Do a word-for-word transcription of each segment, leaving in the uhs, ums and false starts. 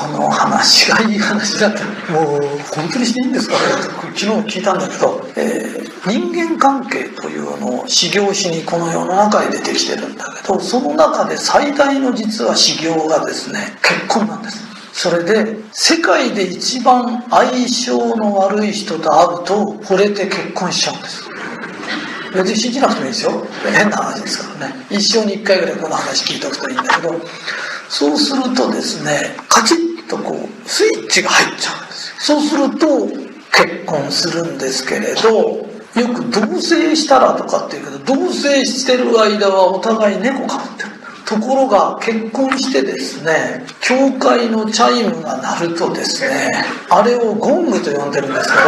この話がいい話だって、もう本当にしていいんですかねって昨日聞いたんだけど、えー、人間関係というのを修行しにこの世の中へ出てきてるんだけど、その中で最大の実は修行がですね、結婚なんです。それで世界で一番相性の悪い人と会うと惚れて結婚しちゃうんです。別に信じなくてもいいですよ、変な話ですからね。一生に一回ぐらいこの話聞いておくといいんだけど、そうするとですね、カチッとこうスイッチが入っちゃうんですよ。そうすると結婚するんですけれど、よく同棲したらとかっていうけど、同棲してる間はお互い猫かぶってる。ところが結婚してですね、教会のチャイムが鳴るとですね、あれをゴングと呼んでるんですけど、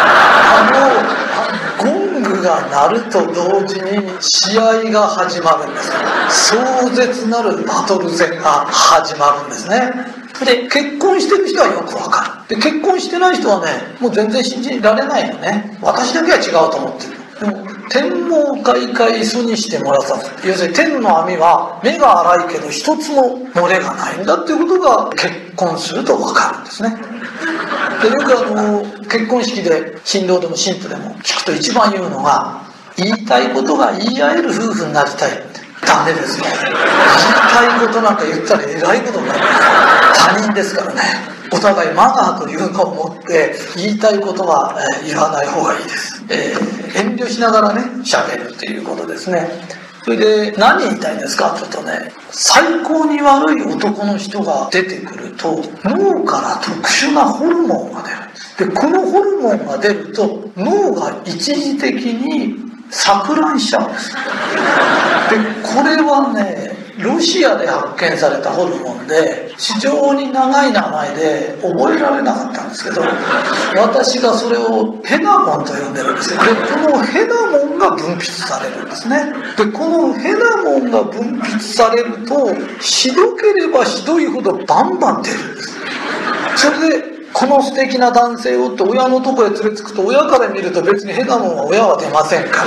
あのゴングが鳴ると同時に試合が始まるんです。壮絶なるバトル戦が始まるんですね。で、結婚してる人はよくわかる。で、結婚してない人はね、もう全然信じられないのね。私だけは違うと思ってる。でも天網恢恢疎にして漏らさず、要するに天の網は目が粗いけど一つも漏れがないんだっていうことが結婚すると分かるんですね。で、よくあの結婚式で新郎でも新婦でも聞くと一番言うのが、言いたいことが言い合える夫婦になりたいって。ダメですよ。言いたいことなんか言ったらえらいことになるんです。他人ですからね。お互いマナーというのを持って言いたいことは、えー、言わない方がいいです、えー、遠慮しながらね喋るっていうことですね。それで何言いたいんですかというとね、最高に悪い男の人が出てくると脳から特殊なホルモンが出るんです。でこのホルモンが出ると脳が一時的に錯乱しちゃうんです。でこれはね、ロシアで発見されたホルモンで非常に長い名前で覚えられなかったんですけど、私がそれをヘナモンと呼んでるんですよ。でこのヘナモンが分泌されるんですね。でこのヘナモンが分泌されるとひどければひどいほどバンバン出るんです。それでこの素敵な男性をって親のとこへ連れつくと、親から見ると別にヘナモンは親は出ませんから、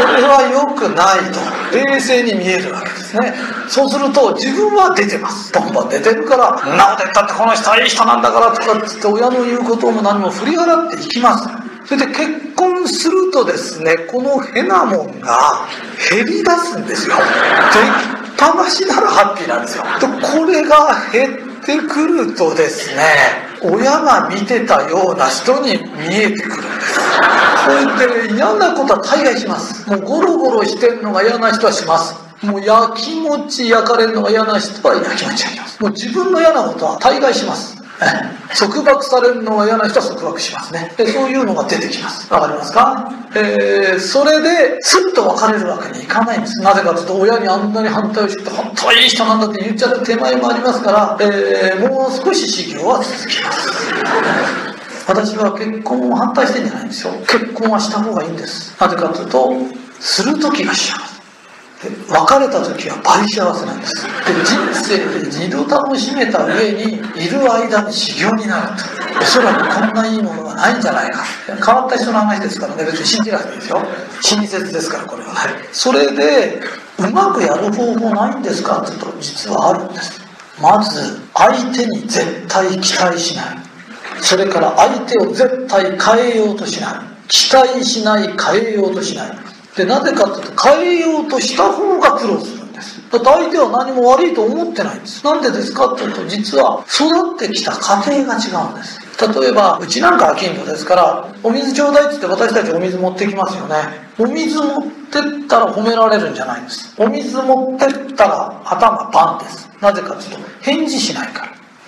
これは良くないと冷静に見えるわけですね。そうすると自分は出てます、バンバン出てるから、「なこと言ったってこの人はいい人なんだから」とかっつって親の言うことも何も振り払っていきます。それで結婚するとですね、このヘナモンが減り出すんですよ。出っ放しならハッピーなんですよ。でこれが減ってくるとですね、親が見てたような人に見えてくるんです。それで嫌なことは大概します。もうゴロゴロしてるのが嫌な人はします。もうやきもち焼かれるのが嫌な人はやきもち焼きます。もう自分の嫌なことは大概します。束縛されるのが嫌な人は束縛しますね。でそういうのが出てきます。わかりますか？えー、それでスッと別れるわけにいかないんです。なぜかというと、親にあんなに反対をして本当はいい人なんだって言っちゃった手前もありますから、えー、もう少し修行は続きます。私は結婚を反対してんじゃないんですよ。結婚はした方がいいんです。なぜかというと、する時が幸せ、別れた時は倍幸せなんです。で人生で二度楽しめた上にいる間に修行になると、おそらくこんないいものがないんじゃないか。変わった人の話ですからね、別に信じなくていいですよ。親切ですからこれは。それでうまくやる方法ないんですかって言うと、実はあるんです。まず相手に絶対期待しない。それから相手を絶対変えようとしない。期待しない、変えようとしない。でなぜかというと、変えようとした方が苦労するんです。だって相手は何も悪いと思ってないんです。なんでですかというと、実は育ってきた家庭が違うんです。例えばうちなんかは近所ですから、お水ちょうだいって言って私たちお水持ってきますよね。お水持ってったら褒められるんじゃないんです。お水持ってったら頭パンです。なぜかというと、返事しないから。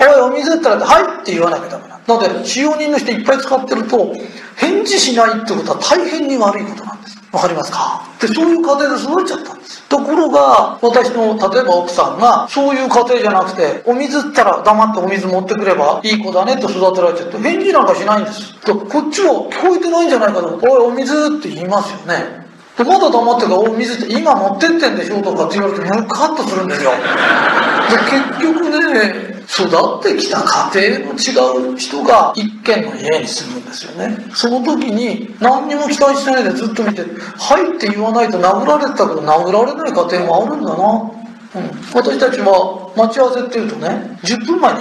おいお水って言ったらはいって言わなきゃダメなので、使用人の人いっぱい使ってると返事しないってことは大変に悪いことなんです。わかりますか？でそういう家庭で育っちゃったんです。ところが私の例えば奥さんがそういう家庭じゃなくて、お水って言ったら黙ってお水持ってくればいい子だねと育てられちゃって、返事なんかしないんです。とこっちは聞こえてないんじゃないかと思って、おいお水って言いますよね。でまだ黙ってるから、お水って今持ってってんでしょとかって言われてムカッとするんですよ。で結局ね、育ってきた家庭の違う人が一軒の家に住むんですよね。その時に何にも期待してないでずっと見て、はいって言わないと殴られてたけど殴られない家庭もあるんだな。うん、私たちは待ち合わせっていうとね、じゅっぷんまえに行くの。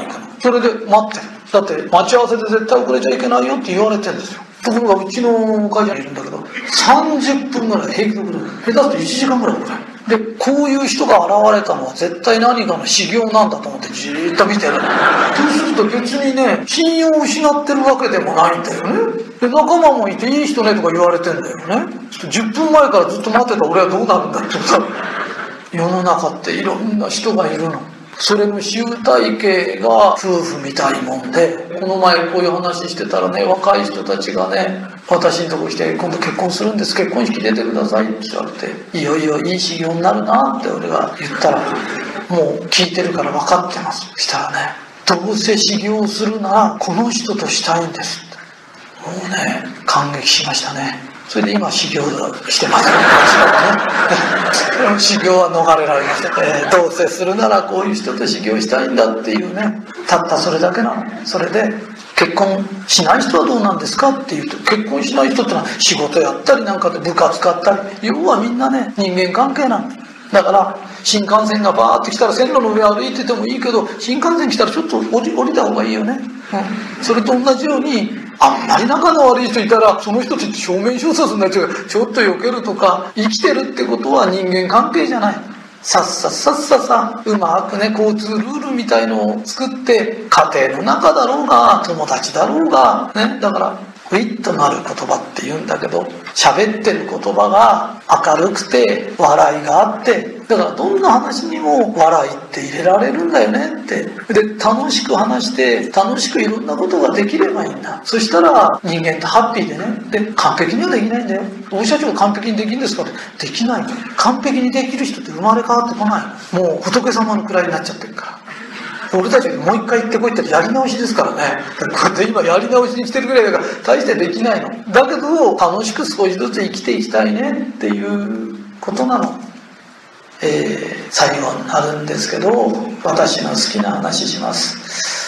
それで待ってる。だって待ち合わせで絶対遅れちゃいけないよって言われてるんですよ。ところがうちの会社にいるんだけどさんじゅっぷんぐらい平気で遅れる。下手するといちじかんぐらい遅れる。でこういう人が現れたのは絶対何かの修行なんだと思ってじーっと見てる。そうすると別にね信用を失ってるわけでもないんだよね。で仲間もいていい人ねとか言われてんだよね。じゅっぷんまえからずっと待ってた俺はどうなるんだってさ。世の中っていろんな人がいるの。それの集大成が夫婦みたいもんで、この前こういう話してたらね、若い人たちがね私のとこ来て、今度結婚するんです、結婚式出てくださいって言われて、いよいよいい修行になるなって俺が言ったら、もう聞いてるから分かってます。そしたらね、どうせ修行するならこの人としたいんですって。もうね感激しましたね。それで今修行してますね。修行は逃れられません、えー、どうせするならこういう人と修行したいんだっていうね、たったそれだけなの。それで結婚しない人はどうなんですかっていうと、結婚しない人ってのは仕事やったりなんかで部活買ったり、要はみんなね人間関係なんだ。だから新幹線がバーって来たら線路の上歩いててもいいけど、新幹線来たらちょっと降り、降りた方がいいよね、うん、それと同じようにあんまり仲の悪い人いたらその人って正面衝突になっちゃうから、ちょっと避けるとか、生きてるってことは人間関係じゃない。さっさっさっささうまくね交通ルールみたいのを作って、家庭の中だろうが友達だろうがね、だからウィットなる言葉って言うんだけど、喋ってる言葉が明るくて笑いがあって、だからどんな話にも笑いって入れられるんだよねって。で楽しく話して楽しくいろんなことができればいいんだ。そしたら人間ってハッピーでね。で完璧にはできないんだよ。大社長が完璧にできるんですかって、できないの。完璧にできる人って生まれ変わってこないの。もう仏様の位になっちゃってるから。俺たちもう一回行ってこいってやり直しですからね。こうやって今やり直しに来てるぐらいだから大してできないの。だけど楽しく少しずつ生きていきたいねっていうことなの。えー、最後になるんですけど、私の好きな話します。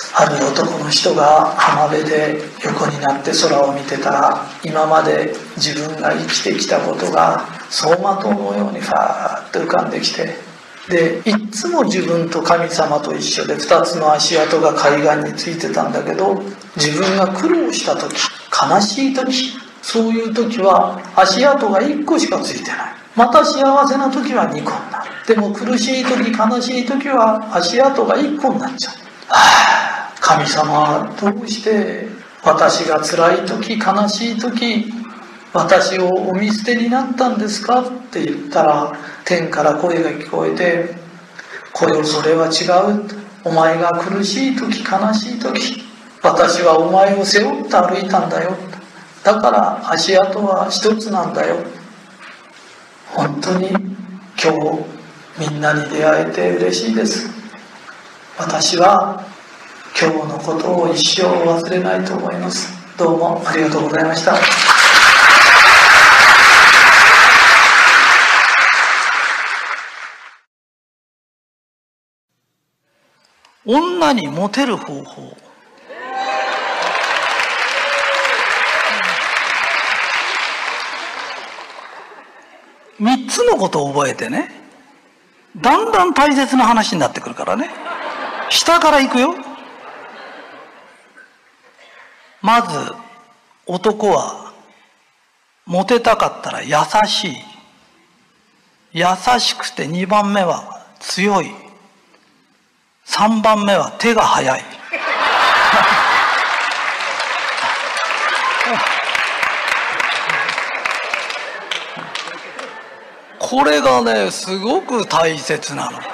ある男の人が浜辺で横になって空を見てたら、今まで自分が生きてきたことが走馬灯のようにファーッと浮かんできて、でいっつも自分と神様と一緒でふたつの足跡が海岸についてたんだけど、自分が苦労した時、悲しい時、そういう時は足跡がいっこしかついてない。また幸せな時はにこになる。でも苦しい時、悲しい時は足跡がいっこになっちゃう。はぁ、神様はどうして私が辛い時、悲しい時、私をお見捨てになったんですかって言ったら、天から声が聞こえて、こよそれは違う。お前が苦しい時、悲しい時、私はお前を背負って歩いたんだよ。だから足跡は一つなんだよ。本当に今日みんなに出会えて嬉しいです。私は今日のことを一生忘れないと思います。どうもありがとうございました。 女にモテる方法。三つのことを覚えてね、だんだん大切な話になってくるからね。下から行くよ。まず男はモテたかったら優しい。優しくてにばんめは強い。さんばんめは手が早い。これがねすごく大切なの。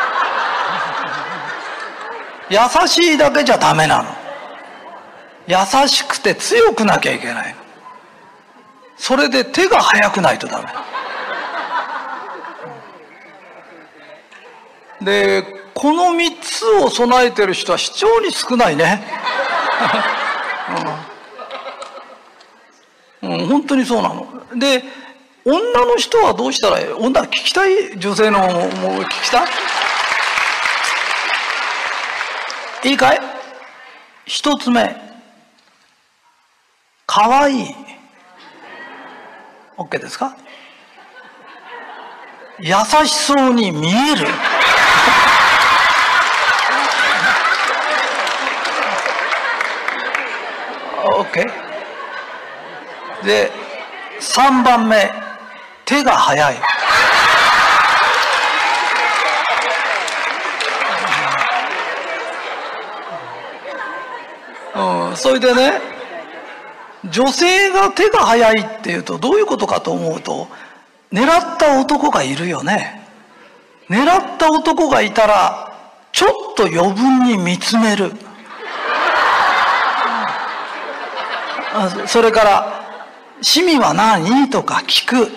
優しいだけじゃダメなの。優しくて強くなきゃいけないの。それで手が早くないとダメで、このみっつを備えてる人は非常に少ないね。うん、うん、本当にそうなの。で、女の人はどうしたらいい？女聞きたい？女性のもう聞きたい？いいかい？一つ目、かわいい。 OK ですか？優しそうに見える。 OK？ でさんばんめ、手が早い。うん、それでね、女性が手が早いっていうとどういうことかと思うと、狙った男がいるよね。狙った男がいたらちょっと余分に見つめる。それから「趣味は何？」とか聞く。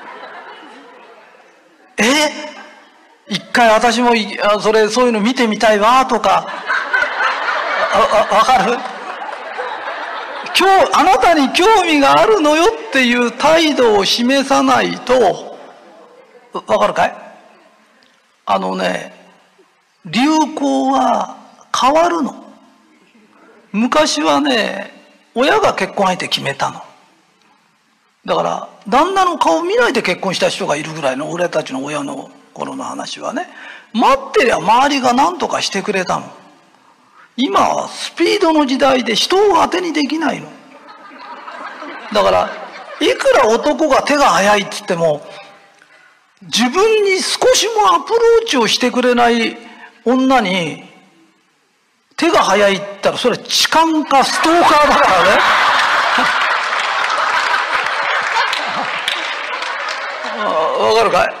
え一回私もそれそういうの見てみたいわとか、あわかる？今日あなたに興味があるのよっていう態度を示さないと、わかるかい？あのね、流行は変わるの。昔はね、親が結婚相手決めたの。だから旦那の顔見ないで結婚した人がいるぐらいの、俺たちの親の頃の話はね、待ってりゃ周りが何とかしてくれたの。今はスピードの時代で人を当てにできないの。だからいくら男が手が早いっつっても、自分に少しもアプローチをしてくれない女に手が早いって言ったら、それは痴漢かストーカーだからね。わかるか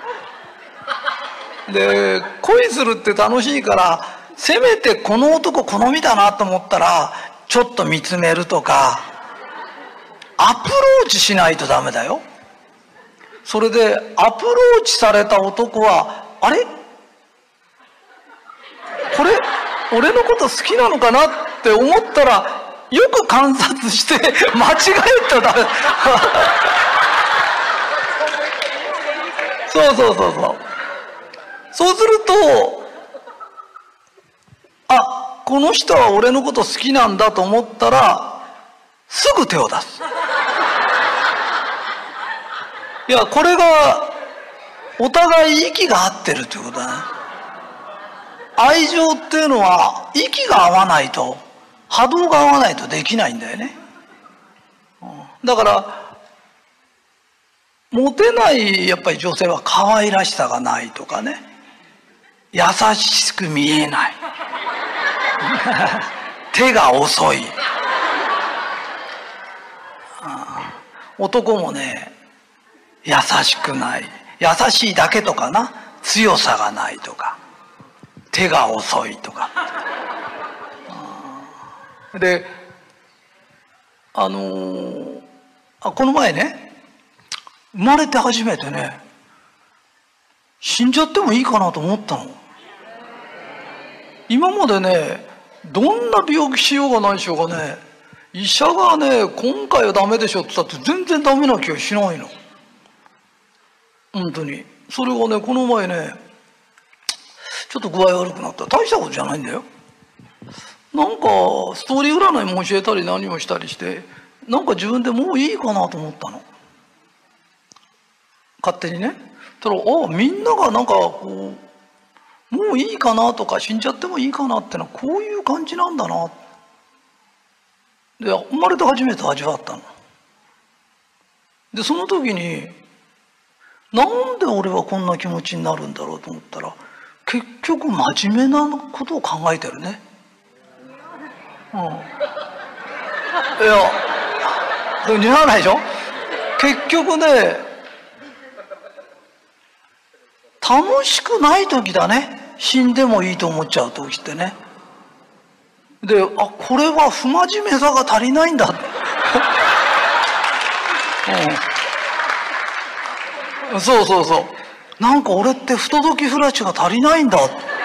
い？で、恋するって楽しいから、せめてこの男好みだなと思ったらちょっと見つめるとか、アプローチしないとダメだよ。それでアプローチされた男は、あれこれ俺のこと好きなのかなって思ったら、よく観察して間違えたらダメ。そうそうそうそう。そうすると、あ、この人は俺のこと好きなんだと思ったらすぐ手を出す。いや、これがお互い息が合ってるということだね。愛情っていうのは息が合わないと、波動が合わないとできないんだよね。だからモテないやっぱり女性は可愛らしさがないとかね、優しく見えない手が遅い。男もね、優しくない、優しいだけとかな、強さがないとか、手が遅いとか。で、あのー、あこの前ね、生まれて初めてね、死んじゃってもいいかなと思ったの。今までね、どんな病気しようがないしようがね、医者がね、今回はダメでしょって言ったって全然ダメな気がしないの。本当に。それがね、この前ね、ちょっと具合悪くなった。大したことじゃないんだよ。なんかストーリー占いも教えたり何もしたりして、なんか自分でもういいかなと思ったの。勝手にね。ただ、ああ、みんながなんかこう、もういいかなとか死んじゃってもいいかなってのはこういう感じなんだな。で、生まれて初めて味わったの。で、その時に、なんで俺はこんな気持ちになるんだろうと思ったら、結局真面目なことを考えてるね。うん。いや、それ似合わないでしょ？結局ね、楽しくない時だね。死んでもいいと思っちゃう時ってね。で、あ、これは不真面目さが足りないんだ。うん、そうそうそう。なんか俺って不届き不らちが足りないんだ。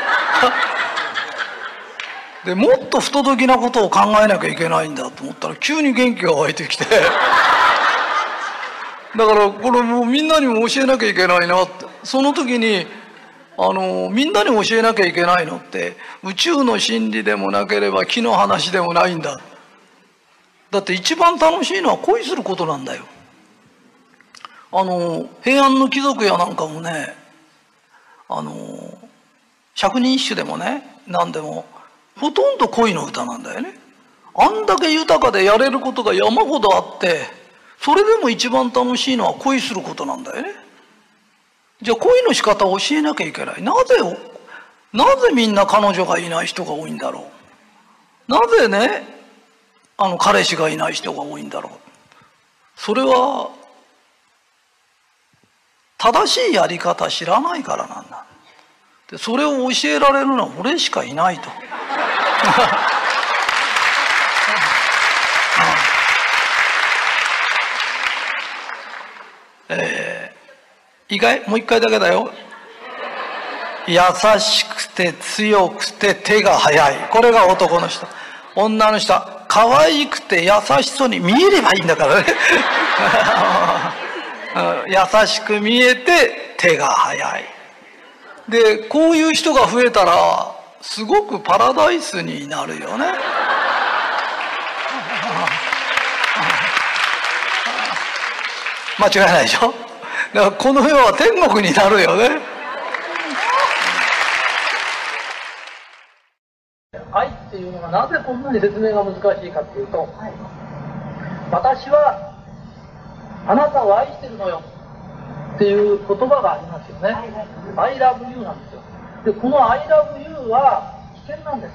で、もっと不届きなことを考えなきゃいけないんだと思ったら急に元気が湧いてきて。だからこれもうみんなにも教えなきゃいけないなって。その時にあのみんなに教えなきゃいけないのって宇宙の真理でもなければ木の話でもないんだ。だって一番楽しいのは恋することなんだよ。あの平安の貴族やなんかもね、あの百人一首でもね何でもほとんど恋の歌なんだよね。 あんだけ豊かでやれることが山ほどあって、それでも一番楽しいのは恋することなんだよね。じゃあ恋の仕方を教えなきゃいけない。なぜなぜみんな彼女がいない人が多いんだろう。なぜね、あの彼氏がいない人が多いんだろう。それは正しいやり方知らないからなんだ。でそれを教えられるのは俺しかいないと。えー、意外もう一回だけだよ。優しくて強くて手が早い。これが男の人。女の人は可愛くて優しそうに見えればいいんだからね。優しく見えて手が早い。でこういう人が増えたらすごくパラダイスになるよね。間違いないでしょ。だからこの世は天国になるよね。愛っていうのがなぜこんなに説明が難しいかっていうと、はい、私はあなたを愛してるのよっていう言葉がありますよね。はい、I love you なんですよ。でこの I love you は危険なんです。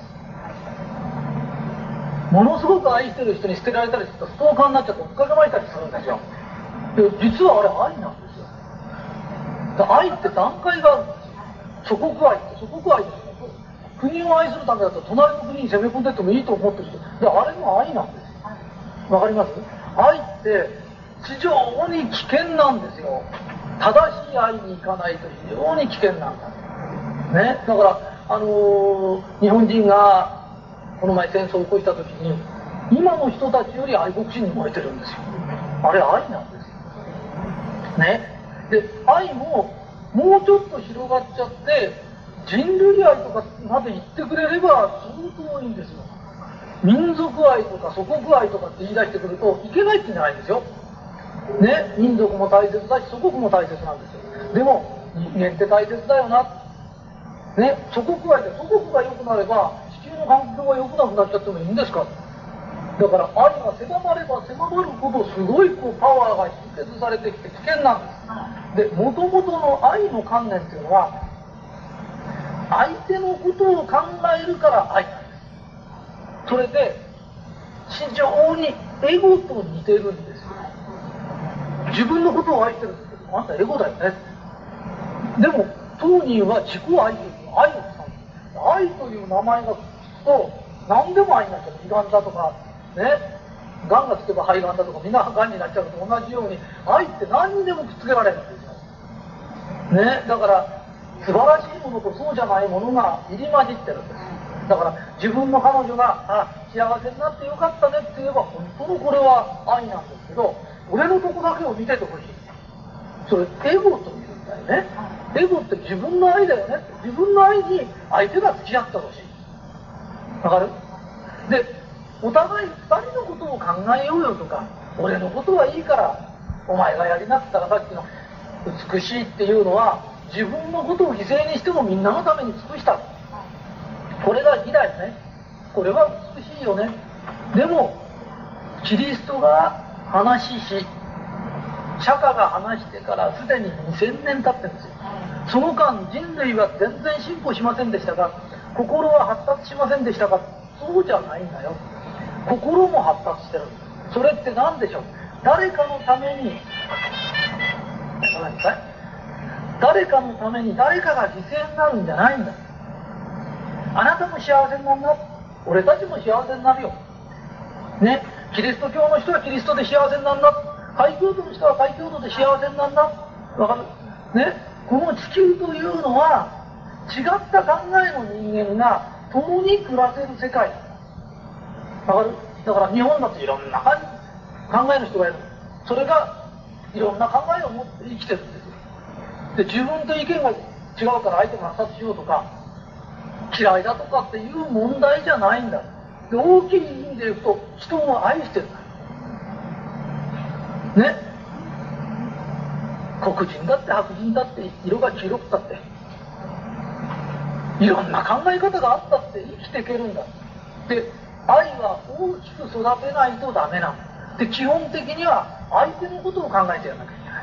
ものすごく愛してる人に捨てられたりするとストーカーになっちゃって追っかけまいたりするんですよ。で実はあれ愛なんですよ。愛って段階があるんですよ。祖国愛って祖国愛ですよ。国を愛するためだと隣の国に攻め込んでってもいいと思ってる人で、あれも愛なんですよ。わかります？愛って非常に危険なんですよ。正しい愛に行かないと非常に危険なんだ、ね、だからあのー、日本人がこの前戦争を起こした時に今の人たちより愛国心に燃えてるんですよ。あれ愛なんですよ、ね、で愛ももうちょっと広がっちゃって人類愛とかまで言ってくれれば相当いいんですよ。民族愛とか祖国愛とかって言い出してくるといけないって言うんじゃないんですよ、ね、民族も大切だし祖国も大切なんですよ。でも人間って大切だよな、ね、祖国愛で祖国が良くなれば地球の環境が良くなくなっちゃってもいいんですか。だから愛が狭まれば狭まるほどすごいこうパワーが集結されてきて危険なんです。でもともとの愛の観念っていうのは相手のことを考えるから愛なんです。それで非常にエゴと似てるんですよ。自分のことを愛してるんですけどあんたエゴだよね。でも当人は自己愛という愛を使う。愛という名前がつくと何でも愛になっちゃう。胃がんだとかね、がんがつけば肺がんだとかみんながんになっちゃうのと同じように愛って何にでもくっつけられるんですよ、ね、だから素晴らしいものとそうじゃないものが入り混じってるんです。だから自分の彼女があ幸せになってよかったねって言えば本当のこれは愛なんですけど俺のとこだけを見ててほしい。それエゴというんだよね。エゴって自分の愛だよね。自分の愛に相手が付き合ってほしい。わかる？でお互い二人のことを考えようよとか俺のことはいいからお前がやりなって言ったらさっきの美しいっていうのは自分のことを犠牲にしてもみんなのために尽くした。これが義だよね。これは美しいよね。でもキリストが話し釈迦が話してからすでににせんねん経ってるんですよ。その間人類は全然進歩しませんでしたが心は発達しませんでしたがそうじゃないんだよ。心も発達してる。それって何でしょう。誰かのために誰かのために誰かが犠牲になるんじゃないんだ。あなたも幸せになるな。俺たちも幸せになるよ。ね、キリスト教の人はキリストで幸せになるな。開教徒の人は開教徒で幸せになるな。わかる？ね、この地球というのは違った考えの人間が共に暮らせる世界。わかる？だから日本だといろんな考えの人がいる。それがいろんな考えを持って生きてるんですよ。で自分と意見が違うから相手が殺しようとか嫌いだとかっていう問題じゃないんだ。で大きい意味で言うと人を愛してるんだね。黒人だって白人だって色が黄色くたっていろんな考え方があったって生きていけるんだ。で愛は大きく育てないとダメなので、基本的には相手のことを考えてやらなきゃいけない。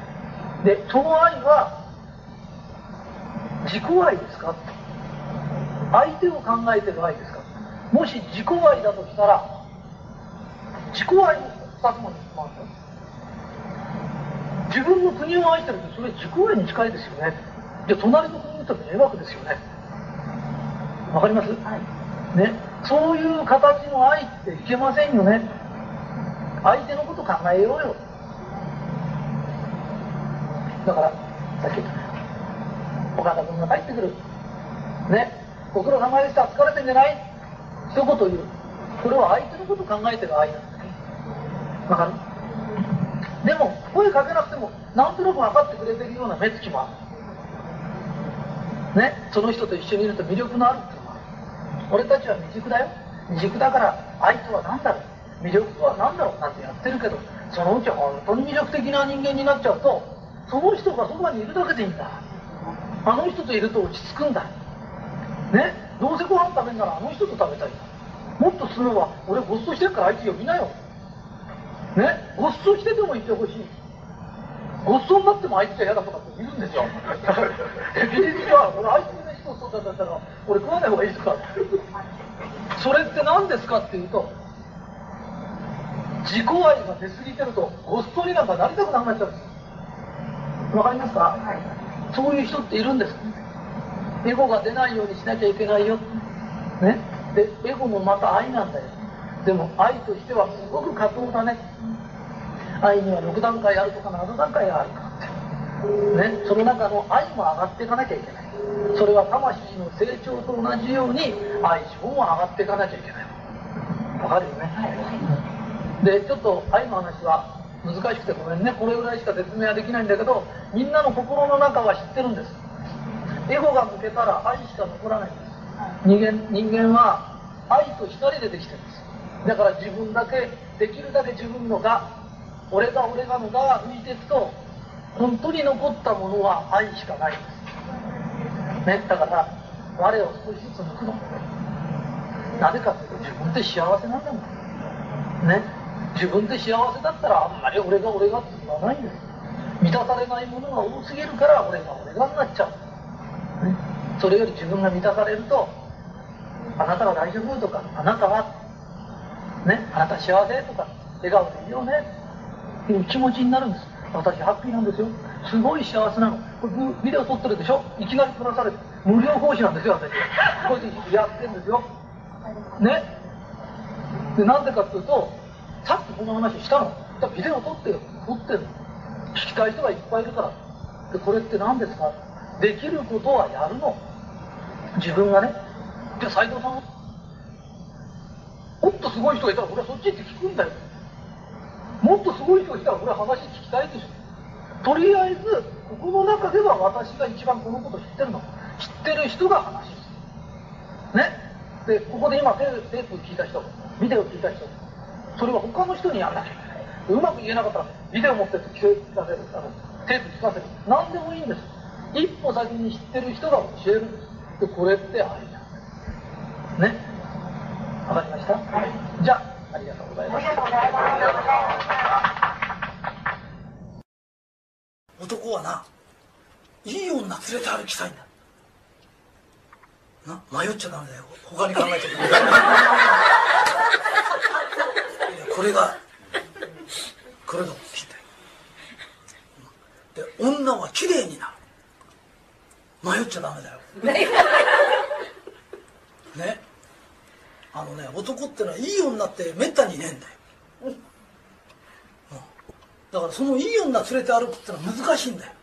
でその愛は自己愛ですか、相手を考えてる愛ですか。もし自己愛だとしたら、自己愛の二つもにもあるんだ。自分の国を愛してるって、それ自己愛に近いですよね。じゃあ隣の国の人は迷惑ですよね。わかります、はい、ね、そういう形の愛っていけませんよね。相手のこと考えようよ。だからさっき言った岡田君が帰ってくるね、ご苦労様でした、疲れてんじゃない、一言言う。これは相手のこと考えてる愛なんですね。わかる。でも声かけなくてもなんとなく分かってくれてるような目つきもあるね。その人と一緒にいると魅力のあるっていうのは、俺たちは未熟だよ、未熟だから愛とは何だろう、魅力とは何だろうなんてやってるけど、そのうち本当に魅力的な人間になっちゃうと、その人がそばにいるだけでいいんだ。あの人といると落ち着くんだね。どうせご飯食べんならあの人と食べたいんだ。もっと進めば、俺ごっそしてるからあいつ呼びなよね。ごっそしててもいてほしい。ごっそになってもあいつは嫌だとかっているんですよ。技術は俺あいつの飯とそうだったら俺食わない方がいいですか。それって何ですかっていうと、自己愛が出過ぎてるとごっそになんかなりたくなくなっちゃうんです。わかりますか、はい、そういう人っているんです。エゴが出ないようにしなきゃいけないよね。でエゴもまた愛なんだよ。でも愛としてはすごく過当だね。愛にはろく段階あるとかなな段階あるかってね。その中の愛も上がっていかなきゃいけない。それは魂の成長と同じように愛情も上がっていかなきゃいけない。わかるよね、はい、でちょっと愛の話は難しくてごめんね、これぐらいしか説明はできないんだけど、みんなの心の中は知ってるんです。エゴが抜けたら愛しか残らないんです。人間、人間は愛と光でできてるんです。だから自分だけ、できるだけ自分のが、俺が俺がのがが抜いていくと、本当に残ったものは愛しかないんですね。だから我を少しずつ抜くの。なぜかというと、自分って幸せなんだもんね。自分で幸せだったらあんまり俺が俺がって言わないんです。満たされないものが多すぎるから俺が俺がになっちゃう、ね、それより自分が満たされると、あなたは大丈夫とか、あなたはね、あなた幸せとか、笑顔でいいよねっていう気持ちになるんです。私ハッピーなんですよ、すごい幸せなの。これビデオ撮ってるでしょ、いきなり撮らされて無料講師なんですよ、私こうやってやってるんですよね。でなんでかっていうと、さっきこの話したの。ビデオ撮ってよ、撮ってるの。聞きたい人がいっぱいいるから。で、これって何ですか？できることはやるの。自分がね。じゃあ斉藤さんはもっとすごい人がいたら俺はそっち行って聞くんだよ。もっとすごい人がいたら俺は話聞きたいでしょ。とりあえずここの中では私が一番このこと知ってるの。知ってる人が話するね。でここで今テープ聞いた人、ビデオ聞いた人、それは他の人にやんなきゃいけない。うまく言えなかったらビデオ持ってって聞かせる、あのテープ聞かせる、何でもいいんです。一歩先に知ってる人が教えるんです。でこれって愛なんですね。わかりました？はい、じゃあありがとうございます。男はないい女連れて歩きたいんだな。迷っちゃダメだよ、他に考えちゃダメだよこれがこれがぴったりで、女は綺麗になる。迷っちゃダメだよね。あのね、男ってのはいい女ってめったにねえんだよ、うん、だからそのいい女連れて歩くってのは難しいんだよ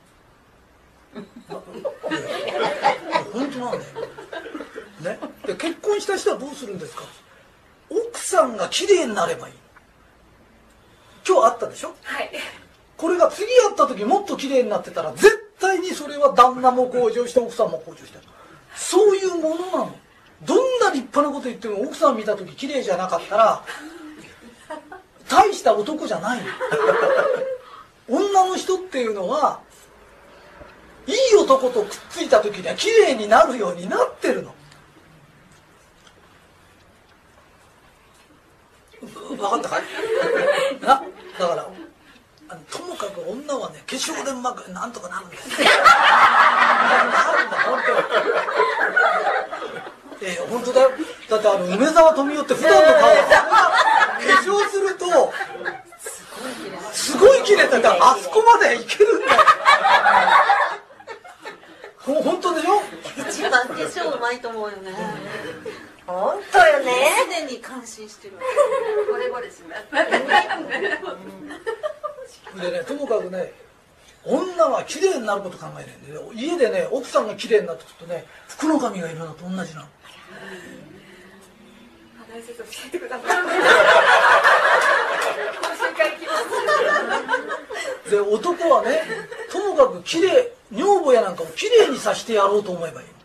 本当なんだよ、ね、で結婚した人はどうするんですか。奥さんが綺麗になればいい。今日会ったでしょ、はい、これが次会った時もっと綺麗になってたら絶対にそれは旦那も向上して奥さんも向上してる。そういうものなの。どんな立派なこと言っても奥さん見た時綺麗じゃなかったら大した男じゃないの女の人っていうのはいい男とくっついた時には綺麗になるようになってるの。 分かったかいな。だからあのともかく女はね化粧でうまくなんとかなるんですよ。なるんだ本当。えー、本当だよ。だってあの梅沢富美男って普段の顔が化粧するとすごい綺麗だってあそこまでいけるんだよ。ほ本当でしょ。 一番化粧うまいと思うよね。 本当よね。 すでに感心してる。これこれします。 でね、ともかくね、女は綺麗になること考えないんで、家でね、奥さんが綺麗になってくるとね、福の神がいるのと同じなの。 花井先生教えてください。講習会行きます。 で、男はね、ともかく綺麗、女房やなんかを綺麗にさせてやろうと思えばいい。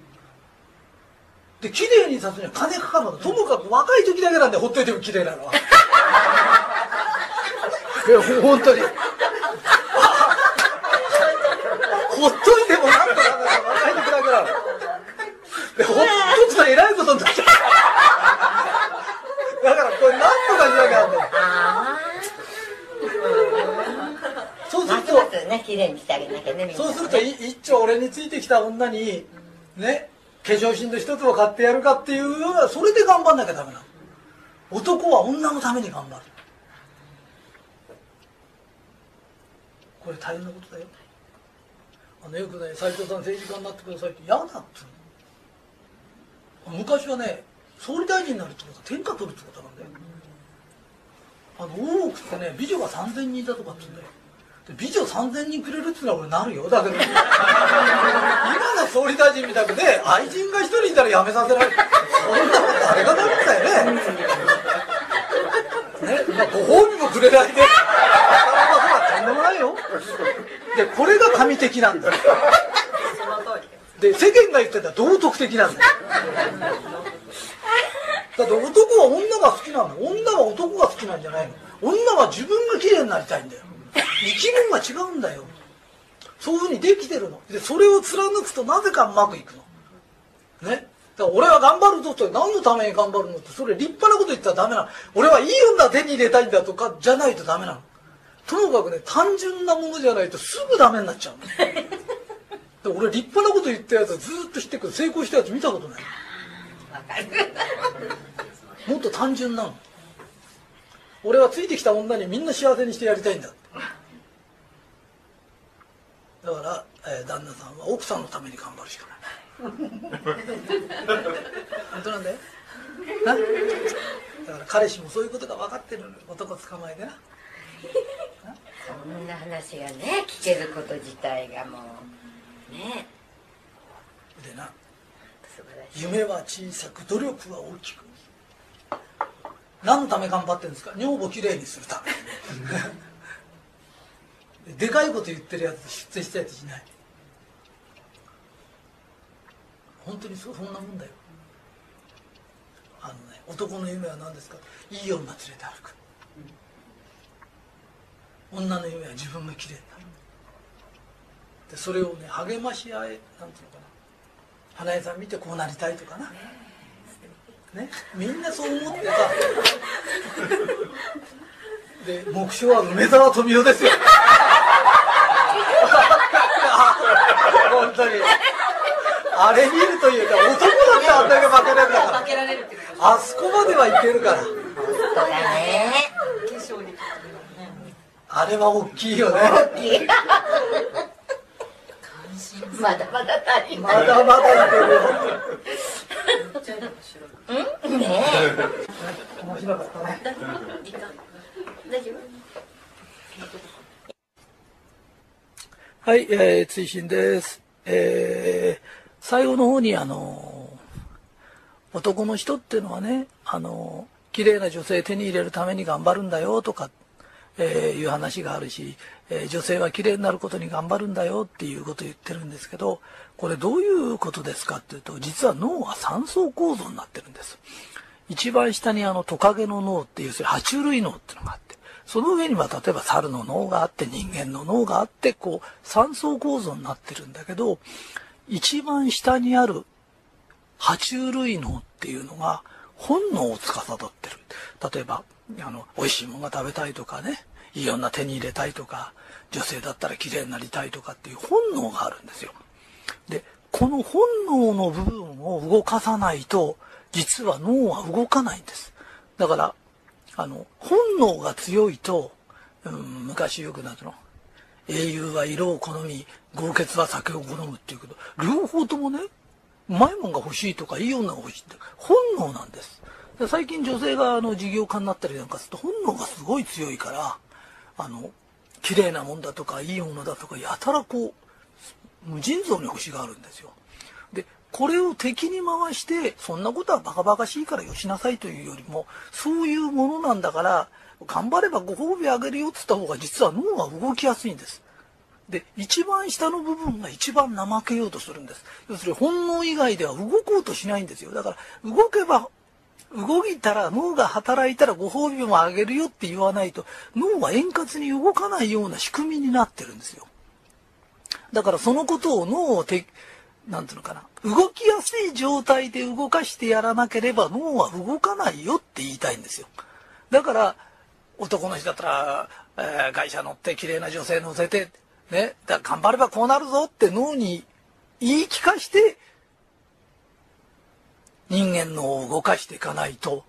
で、綺麗にさせるには金かかるの。ともかく若い時だけなんで、ほっといても綺麗なのは。いや、本当に。ほっといてもなんとかなるの。若い時だけなの。で、ほっとくと偉いことになっちゃう。だから、これなんとかしなきゃなんだよ。そうすると、 ね、綺麗にしてあげなきゃね、みんなね。 そうすると、一丁俺についてきた女に、ね、化粧品の一つを買ってやるかっていう、それで頑張んなきゃダメなの。男は女のために頑張る。これ大変なことだよ。あのよくね、斉藤さん政治家になってくださいって嫌だって言うの。昔はね、総理大臣になるってことは天下取るってことなんだよ。あの大奥ってね、美女がさんぜんにんだとかって言うんだよ。で美女さんぜんにんくれるっていうのは俺なるよ。だけど今の総理大臣みたくね、愛人が一人いたら辞めさせられる。そんなこと誰がなるんだよね。ね、まあ、ご褒美もくれないで、なかなかとんでもないよ。で、これが神的なんだよ。で、世間が言ってたら道徳的なんだよ。だって男は女が好きなの。女は男が好きなんじゃないの。女は自分が綺麗になりたいんだよ。生き物が違うんだよ。そういうふうにできてるの。で、それを貫くとなぜかうまくいくの。ね。だから俺は頑張るぞと、何のために頑張るのって、それ立派なこと言ったらダメなの。俺はいい女手に入れたいんだとかじゃないとダメなの。ともかくね、単純なものじゃないとすぐダメになっちゃうの。で俺立派なこと言ったやつはずーっと知ってるけど、成功したやつ見たことない。もっと単純なの。俺はついてきた女にみんな幸せにしてやりたいんだ。だから、えー、旦那さんは奥さんのために頑張るしかない。本当なんだよな。だから彼氏もそういうことが分かってる男捕まえてな。 そんな話がね、聞けること自体がもうね。 でな、 素晴らしい。 夢は小さく努力は大きく。何のため頑張ってるんですか。女房きれいにするため。でかいこと言ってるやつ出世したやつしない。本当にそそんなもんだよ。あのね、男の夢は何ですか。いい女連れて歩く。女の夢は自分がきれいになる。でそれをね、励まし合え、なんていうのかな、花江さん見てこうなりたいとかな、ね、みんなそう思ってさで目標は梅沢富美男ですよ本当にあれ見るというか、男だってあんだけ負けれるんだから、 負けられるってこと。 あそこまではいけるから。 本当だね。 化粧に。 あれは大きいよね。 大きい。まだまだ足りない。 まだまだいけるよ。 うんねえ。面白かったね。 大丈夫？ はい、えー、追伸です。えー、最後の方にあの男の人っていうのはね、あの綺麗な女性手に入れるために頑張るんだよとか、えー、いう話があるし、えー、女性は綺麗になることに頑張るんだよっていうことを言ってるんですけど、これどういうことですかっていうと、実は脳はさん層構造になってるんです。一番下にあのトカゲの脳っていう爬虫類脳っていうのがあって、その上には例えば猿の脳があって人間の脳があって、こう三層構造になってるんだけど、一番下にある爬虫類脳っていうのが本能を司ってる。 例えばあの美味しいものが食べたいとかね、いい女手に入れたいとか、女性だったら綺麗になりたいとかっていう本能があるんですよ。でこの本能の部分を動かさないと実は脳は動かないんです。だからあの本能が強いと、うん、昔よくなんていうの、英雄は色を好み豪傑は酒を好むっていうけど、両方ともね、うまいもんが欲しいとかいい女が欲しいって本能なんです。で最近女性があの事業家になったりなんかすると本能がすごい強いから、あの綺麗なもんだとかいい女だとかやたらこう無尽蔵に欲しがるんですよ。でこれを敵に回してそんなことはバカバカしいからよしなさいというよりも、そういうものなんだから頑張ればご褒美あげるよっつった方が実は脳は動きやすいんです。で一番下の部分が一番怠けようとするんです。要するに本能以外では動こうとしないんですよ。だから動けば動いたら脳が働いたらご褒美もあげるよって言わないと脳は円滑に動かないような仕組みになってるんですよ。だからそのことを脳をてなんていうのかな、動きやすい状態で動かしてやらなければ脳は動かないよって言いたいんですよ。だから男の人だったら、えー、会社乗って綺麗な女性乗せてね、だから頑張ればこうなるぞって脳に言い聞かして人間脳を動かしていかないと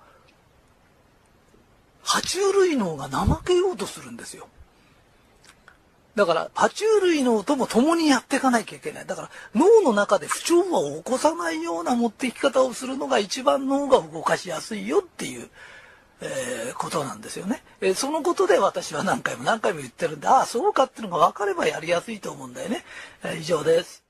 爬虫類脳が怠けようとするんですよ。だから爬虫類脳とも共にやっていかなきゃいけない。だから脳の中で不調和を起こさないような持っていき方をするのが一番脳が動かしやすいよっていう、えー、ことなんですよね。えー、そのことで私は何回も何回も言ってるんで、ああそうかっていうのが分かればやりやすいと思うんだよね。えー、以上です。